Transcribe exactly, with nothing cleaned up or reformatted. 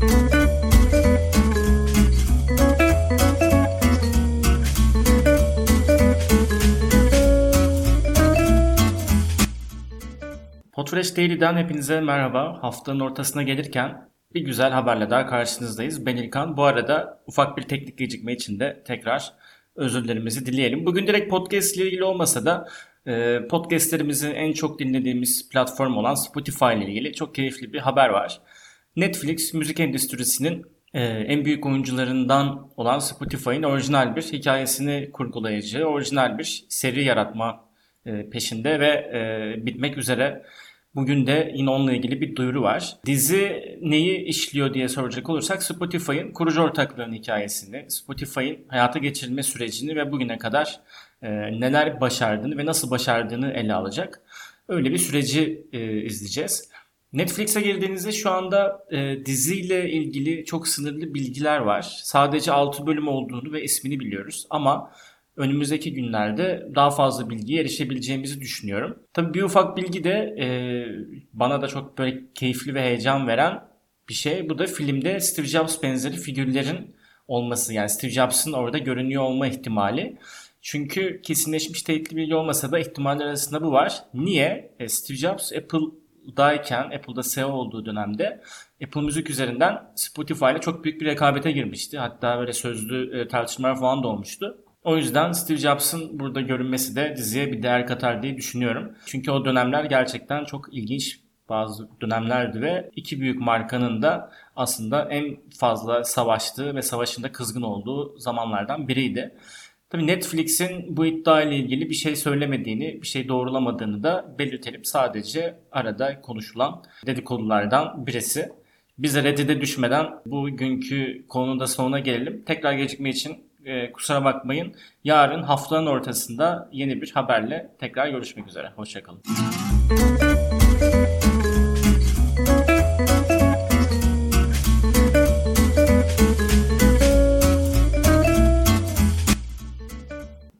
Podfresh Daily'den hepinize merhaba. Haftanın ortasına gelirken bir güzel haberle daha karşınızdayız. Ben İlkan. Bu arada ufak bir teknik gecikme için de tekrar özürlerimizi dileyelim. Bugün direkt podcast ile ilgili olmasa da e, podcastlerimizi en çok dinlediğimiz platform olan Spotify ile ilgili çok keyifli bir haber var. Netflix müzik endüstrisinin e, en büyük oyuncularından olan Spotify'ın orijinal bir hikayesini kurgulayacağı, orijinal bir seri yaratma e, peşinde ve e, bitmek üzere. Bugün de yine onunla ilgili bir duyuru var. Dizi neyi işliyor diye soracak olursak Spotify'ın kurucu ortaklığının hikayesini, Spotify'ın hayata geçirilme sürecini ve bugüne kadar e, neler başardığını ve nasıl başardığını ele alacak. Öyle bir süreci e, izleyeceğiz. Netflix'e girdiğinizde şu anda e, diziyle ilgili çok sınırlı bilgiler var. Sadece altı bölüm olduğunu ve ismini biliyoruz ama önümüzdeki günlerde daha fazla bilgiye erişebileceğimizi düşünüyorum. Tabii bir ufak bilgi de e, bana da çok böyle keyifli ve heyecan veren bir şey. Bu da filmde Steve Jobs benzeri figürlerin olması. Yani Steve Jobs'ın orada görünüyor olma ihtimali. Çünkü kesinleşmiş teyitli bilgi olmasa da ihtimaller arasında bu var. Niye? E, Steve Jobs Apple'dayken, Apple'da C E O olduğu dönemde Apple Müzik üzerinden Spotify ile çok büyük bir rekabete girmişti. Hatta böyle sözlü e, tartışmalar falan da olmuştu. O yüzden Steve Jobs'ın burada görünmesi de diziye bir değer katar diye düşünüyorum. Çünkü o dönemler gerçekten çok ilginç bazı dönemlerdi ve iki büyük markanın da aslında en fazla savaştığı ve savaşında kızgın olduğu zamanlardan biriydi. Tabii Netflix'in bu iddia ile ilgili bir şey söylemediğini, bir şey doğrulamadığını da belirtelim. Sadece arada konuşulan dedikodulardan birisi. Biz de Reddit'e düşmeden bugünkü konunun da sonuna gelelim. Tekrar gecikme için Ee, kusura bakmayın. Yarın haftanın ortasında yeni bir haberle tekrar görüşmek üzere. Hoşça kalın.